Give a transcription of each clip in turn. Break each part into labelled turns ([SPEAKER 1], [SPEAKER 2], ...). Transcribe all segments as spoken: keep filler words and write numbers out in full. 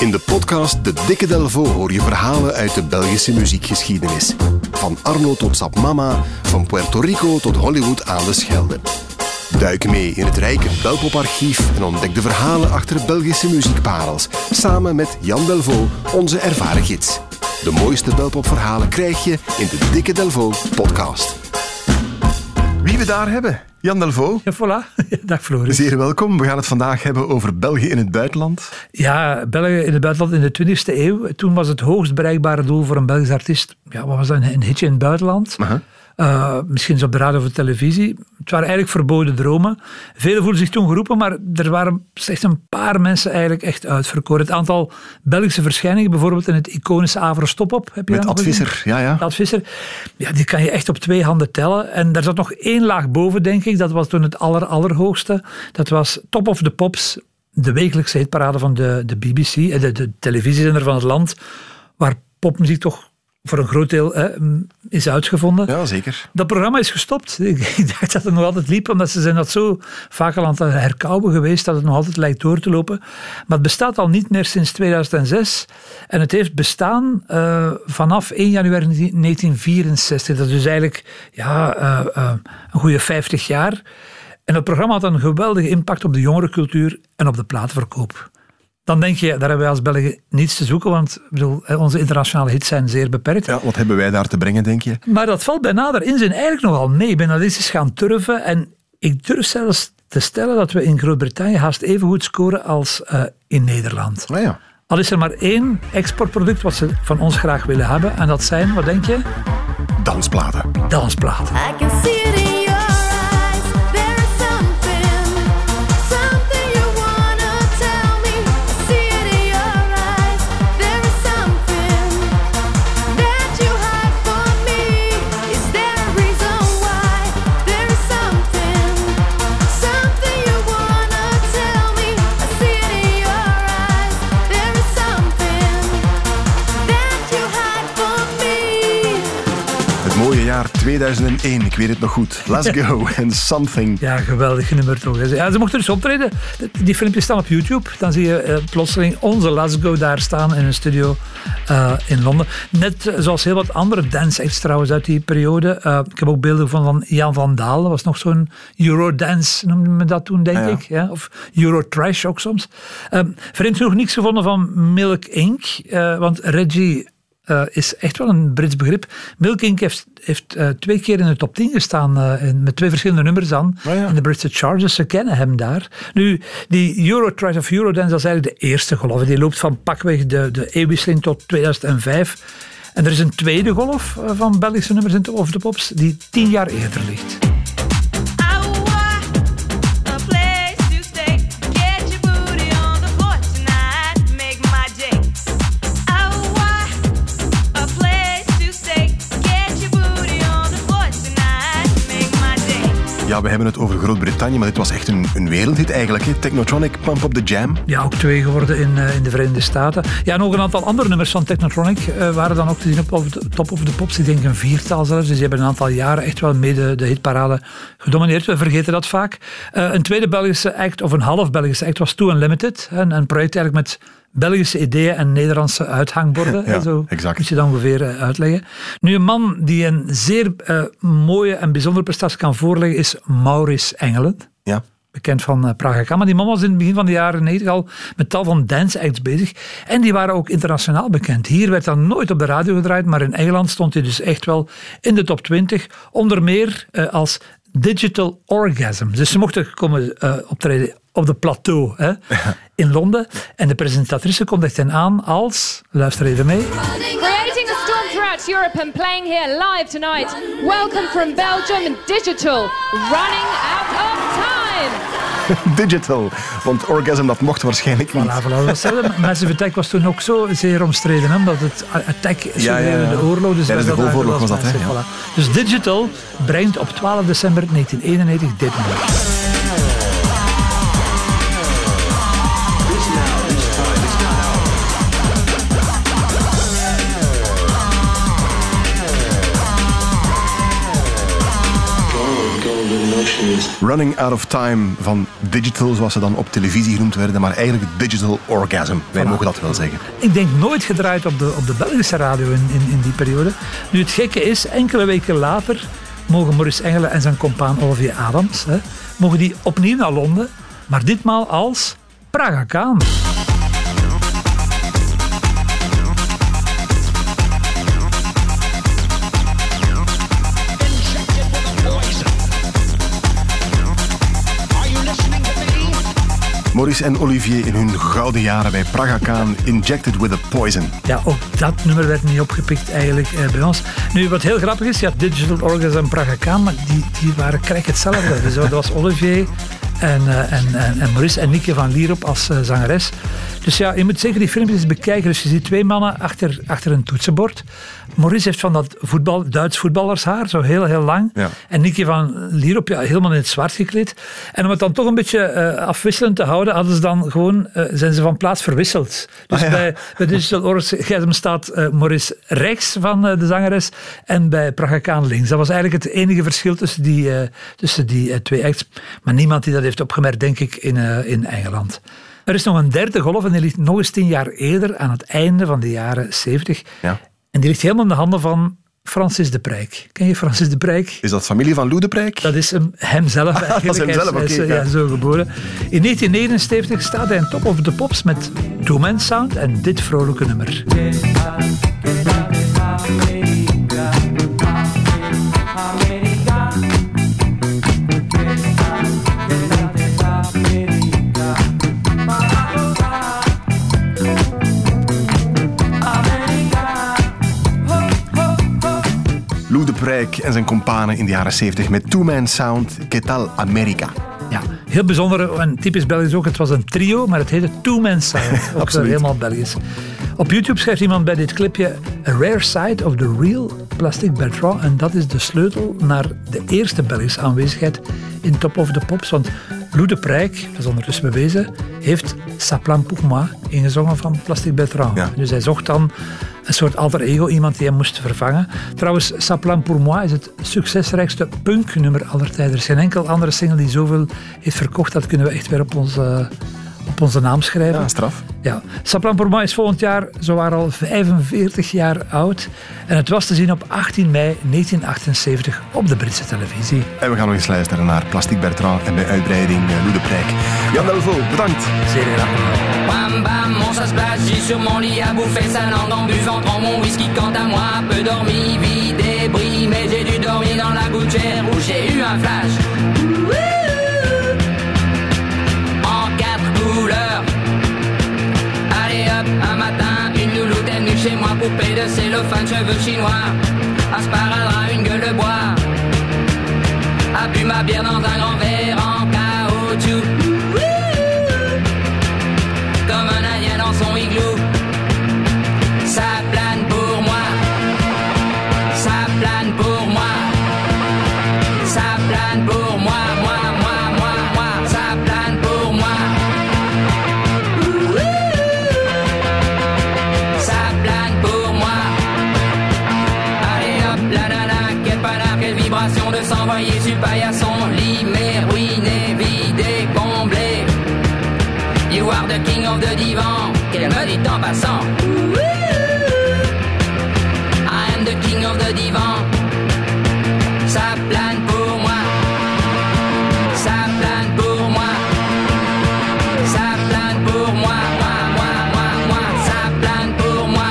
[SPEAKER 1] In de podcast De Dikke Delvaux hoor je verhalen uit de Belgische muziekgeschiedenis. Van Arno tot Sap Mama, van Puerto Rico tot Hollywood aan de Schelde. Duik mee in het rijke Belpop-archief en ontdek de verhalen achter Belgische muziekparels. Samen met Jan Delvaux, onze ervaren gids. De mooiste Belpop-verhalen krijg je in de Dikke Delvaux podcast. Wie we daar hebben, Jan Delvaux.
[SPEAKER 2] Ja, voilà. Dag Floris.
[SPEAKER 1] Zeer welkom. We gaan het vandaag hebben over België in het buitenland.
[SPEAKER 2] Ja, België in het buitenland in de twintigste eeuw. Toen was het hoogst bereikbare doel voor een Belgisch artiest. Ja, wat was dat? Een hitje in het buitenland. Uh-huh. Uh, misschien eens op de radio of de televisie. Het waren eigenlijk verboden dromen. Velen voelden zich toen geroepen, maar er waren slechts een paar mensen eigenlijk echt uitverkoren. Het aantal Belgische verschijningen, bijvoorbeeld in het iconische Avro Stop-op. Heb je
[SPEAKER 1] Met Ad Visser, ja, ja.
[SPEAKER 2] Ad Visser, ja, die kan je echt op twee handen tellen. En daar zat nog één laag boven, denk ik. Dat was toen het aller, allerhoogste. Dat was Top of the Pops, de wekelijkse hitparade van de, de B B C, de, de televisiezender van het land, waar popmuziek toch voor een groot deel hè, is uitgevonden.
[SPEAKER 1] Ja, zeker. Dat
[SPEAKER 2] programma is gestopt. Ik dacht dat het nog altijd liep, omdat ze zijn dat zo vaak al aan het herkauwen geweest, dat het nog altijd lijkt door te lopen. Maar het bestaat al niet meer sinds tweeduizend zes. En het heeft bestaan uh, vanaf één januari negentien vierenzestig. Dat is dus eigenlijk ja, uh, uh, een goede vijftig jaar. En het programma had een geweldige impact op de jongerencultuur en op de platenverkoop. Dan denk je, daar hebben wij als Belgen niets te zoeken, want bedoel, onze internationale hits zijn zeer beperkt.
[SPEAKER 1] Ja, wat hebben wij daar te brengen, denk je?
[SPEAKER 2] Maar dat valt bij nader inzien eigenlijk nogal mee. Ik ben al eens gaan turven en ik durf zelfs te stellen dat we in Groot-Brittannië haast even goed scoren als uh, in Nederland.
[SPEAKER 1] Oh ja.
[SPEAKER 2] Al is er maar één exportproduct wat ze van ons graag willen hebben en dat zijn, wat denk je?
[SPEAKER 1] Dansplaten.
[SPEAKER 2] Dansplaten.
[SPEAKER 3] I can see it in your eyes. There is something, something you wanna tell me. I see it in your eyes. There is something that you hide from me. Is there a reason why? There is something, something you wanna tell me. I see it in your eyes. There is something that you hide from me.
[SPEAKER 1] Het mooie jaar tweeduizend één, ik weet het nog goed. Let's Go en Something.
[SPEAKER 2] Ja, geweldig nummer toch. Ja, ze mochten dus optreden. Die filmpjes staan op YouTube. Dan zie je uh, plotseling onze Let's Go daar staan in een studio uh, in Londen. Net zoals heel wat andere dance acts trouwens uit die periode. Uh, ik heb ook beelden van, van Jan van Daal. Dat was nog zo'n Eurodance, noemde men dat toen, denk ah, ja. ik. Ja? Of Eurotrash ook soms. Uh, vreemd genoeg niks gevonden van Milk incorporated. Uh, want Reggie Uh, is echt wel een Brits begrip. Milk incorporated heeft, heeft uh, twee keer in de top tien gestaan, uh, in, met twee verschillende nummers aan, oh ja. in de Britse charts. Ze kennen hem daar. Nu, die Eurotrash of Eurodance, dat is eigenlijk de eerste golf. Die loopt van pakweg de, de eeuwwisseling tot tweeduizend vijf. En er is een tweede golf uh, van Belgische nummers in Top of the Pops, die tien jaar eerder ligt.
[SPEAKER 1] Ja, we hebben het over Groot-Brittannië, maar dit was echt een, een wereldhit eigenlijk. Hè? Technotronic, Pump Up The Jam.
[SPEAKER 2] Ja, ook twee geworden in, uh, in de Verenigde Staten. Ja, en ook een aantal andere nummers van Technotronic uh, waren dan ook te zien op, op de Top of the Pops. Ik denk een viertal zelfs. Dus die hebben een aantal jaren echt wel mee de, de hitparade gedomineerd. We vergeten dat vaak. Uh, een tweede Belgische act, of een half Belgische act, was Too Unlimited. Een, een project eigenlijk met Belgische ideeën en Nederlandse uithangborden.
[SPEAKER 1] Ja,
[SPEAKER 2] zo
[SPEAKER 1] exact.
[SPEAKER 2] moet je dan ongeveer uh, uitleggen. Nu, een man die een zeer uh, mooie en bijzondere prestatie kan voorleggen is Maurice Engelen.
[SPEAKER 1] Ja.
[SPEAKER 2] Bekend van uh, Praga Kama. Die man was in het begin van de jaren negentig al met tal van dance acts bezig. En die waren ook internationaal bekend. Hier werd dan nooit op de radio gedraaid, maar in Engeland stond hij dus echt wel in de top twintig. Onder meer uh, als Digital Orgasm. Dus ze mochten komen uh, optreden op de plateau hè, in Londen. En de presentatrice kondigde hen aan als... Luister even mee.
[SPEAKER 4] Creating a storm throughout Europe and playing here live tonight. Welcome from Belgium, Digital. Running out of time.
[SPEAKER 1] Digital. Want Orgasm, dat mocht waarschijnlijk niet.
[SPEAKER 2] Voilà, voilà. Massive Attack was toen ook zo zeer omstreden. Hè, omdat het Attack is
[SPEAKER 1] ja, ja, ja.
[SPEAKER 2] de oorlog. Dus
[SPEAKER 1] tijdens de Golfoorlog was dat. Hè, ja.
[SPEAKER 2] Voilà. Dus Digital brengt op twaalf december negentien eenennegentig dit nummer.
[SPEAKER 5] Golden Ocean is
[SPEAKER 1] Running Out of Time van Digital, zoals ze dan op televisie genoemd werden, maar eigenlijk Digital Orgasm. Wij
[SPEAKER 2] Voilà.
[SPEAKER 1] mogen dat wel zeggen.
[SPEAKER 2] Ik denk nooit gedraaid op de, op de Belgische radio in, in, in die periode. Nu, het gekke is, enkele weken later mogen Maurice Engelen en zijn compaan Olivier Adams, hè, mogen die opnieuw naar Londen, maar ditmaal als Praga Khan.
[SPEAKER 1] Maurice en Olivier in hun gouden jaren bij Praga Khan, Injected with a Poison.
[SPEAKER 2] Ja, ook dat nummer werd niet opgepikt eigenlijk eh, bij ons. Nu, wat heel grappig is, ja, Digital Orgasm en Praga Khan, maar die, die waren krijg hetzelfde. Dus dat was Olivier en, uh, en, en, en Maurice en Nieke van Lierop als uh, zangeres. Dus ja, je moet zeker die filmpjes eens bekijken. Dus je ziet twee mannen achter, achter een toetsenbord. Maurice heeft van dat voetbal, Duits voetballershaar, zo heel, heel lang.
[SPEAKER 1] Ja.
[SPEAKER 2] En Nieke van Lierop, ja, helemaal in het zwart gekleed. En om het dan toch een beetje uh, afwisselend te houden, hadden ze dan gewoon, uh, zijn ze van plaats verwisseld. Dus
[SPEAKER 1] Ah, ja.
[SPEAKER 2] bij, bij Digital Orgasm staat uh, Maurice rechts van uh, de zangeres en bij Praga Khan links. Dat was eigenlijk het enige verschil tussen die, uh, tussen die uh, twee acts. Maar niemand die dat heeft opgemerkt, denk ik, in, uh, in Engeland. Er is nog een derde golf en die ligt nog eens tien jaar eerder, aan het einde van de jaren zeventig.
[SPEAKER 1] Ja.
[SPEAKER 2] En die ligt helemaal in de handen van Francis de Prijk. Ken je Francis de Prijk?
[SPEAKER 1] Is dat familie van Lou de Prijk?
[SPEAKER 2] Dat is hem, hemzelf eigenlijk.
[SPEAKER 1] dat is hemzelf,
[SPEAKER 2] hij is,
[SPEAKER 1] oké,
[SPEAKER 2] hij is,
[SPEAKER 1] ja.
[SPEAKER 2] ja, zo geboren. In negentien negenenzeventig staat hij in Top of the Pops met Two Man Sound en dit vrolijke nummer.
[SPEAKER 1] Lou de Prijk en zijn companen in de jaren zeventig met Two Man Sound, ¿Qué tal America?
[SPEAKER 2] Ja, heel bijzonder en typisch Belgisch ook. Het was een trio, maar het heette Two Man Sound. Ook zo
[SPEAKER 1] Absoluut.
[SPEAKER 2] helemaal Belgisch. Op YouTube schrijft iemand bij dit clipje A rare side of the real Plastic Bertrand. En dat is de sleutel naar de eerste Belgische aanwezigheid in Top of the Pops. Want Lou de Prijk, dat is ondertussen bewezen, heeft Ça plan pour moi ingezongen van Plastic Bertrand.
[SPEAKER 1] Ja.
[SPEAKER 2] Dus hij zocht dan een soort alter ego, iemand die hem moest vervangen. Trouwens, Ça plan pour moi is het succesrijkste punknummer aller tijden. Er is geen enkel andere single die zoveel heeft verkocht. Dat kunnen we echt weer op onze, op onze naam schrijven.
[SPEAKER 1] Ja, straf.
[SPEAKER 2] Ja. Ça plan pour moi is volgend jaar zowaar al vijfenveertig jaar oud. En het was te zien op achttien mei negentien achtenzeventig op de Britse televisie.
[SPEAKER 1] En we gaan nog eens luisteren naar Plastic Bertrand en bij uitbreiding eh, Lou de Prijk. Jan Delvaux, bedankt.
[SPEAKER 2] Zeer graag gedaan.
[SPEAKER 5] Bam bam, mon ça se passe, j'ai sur mon lit à bouffer sa langue en buvant trop mon whisky. Quant à moi, peu dormi, vie débris, mais j'ai dû dormir dans la gouttière où j'ai eu un flash. En quatre couleurs. Allez hop, un matin, une louloute est venue chez moi, poupée de cellophane, cheveux chinois, un sparadrap, une gueule de bois. A bu ma bière dans un grand verre en caoutchouc. Comme un indien dans son igloo. Ça plane pour moi. Ça plane pour moi. Ça plane pour moi, moi, moi, moi, moi. Ça plane pour moi. Ça plane pour moi. Allez hop, la nana, quelle panard, quelle vibration de s'envoyer sur paillasson. Lit, mais ruiné, vidé, comblé. You are the king of the divan, qu'elle me dit en passant. I am the king of the divan. Ça plane pour moi. Ça plane pour moi. Ça plane pour moi, moi, moi, moi, moi. Ça plane pour moi.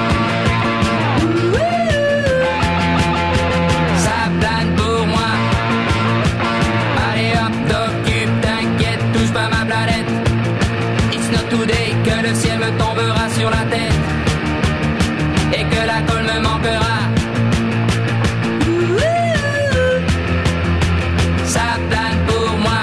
[SPEAKER 5] Ça plane pour moi. Allez hop, t'occupe, t'inquiète, touche pas ma planète. It's not today que le ciel me tombera sur la tête et que la colle me manquera. Ça plane pour moi.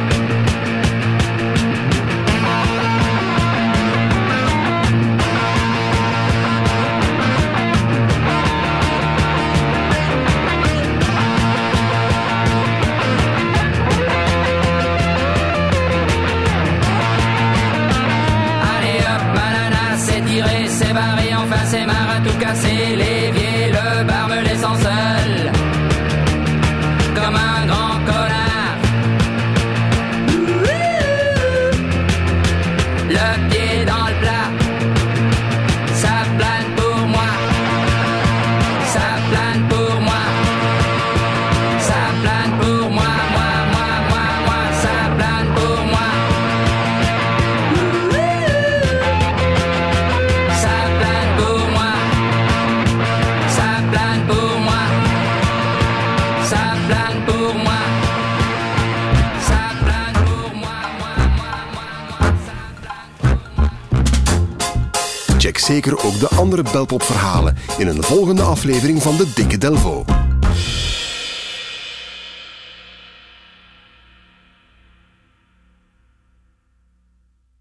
[SPEAKER 5] Allez hop, banana, c'est tiré, c'est barré, enfin c'est marre à tout casser. L'évier, le bar me laissant seul, comme un grand connard.
[SPEAKER 1] zeker ook de andere belpopverhalen in een volgende aflevering van de Dikke Delvaux.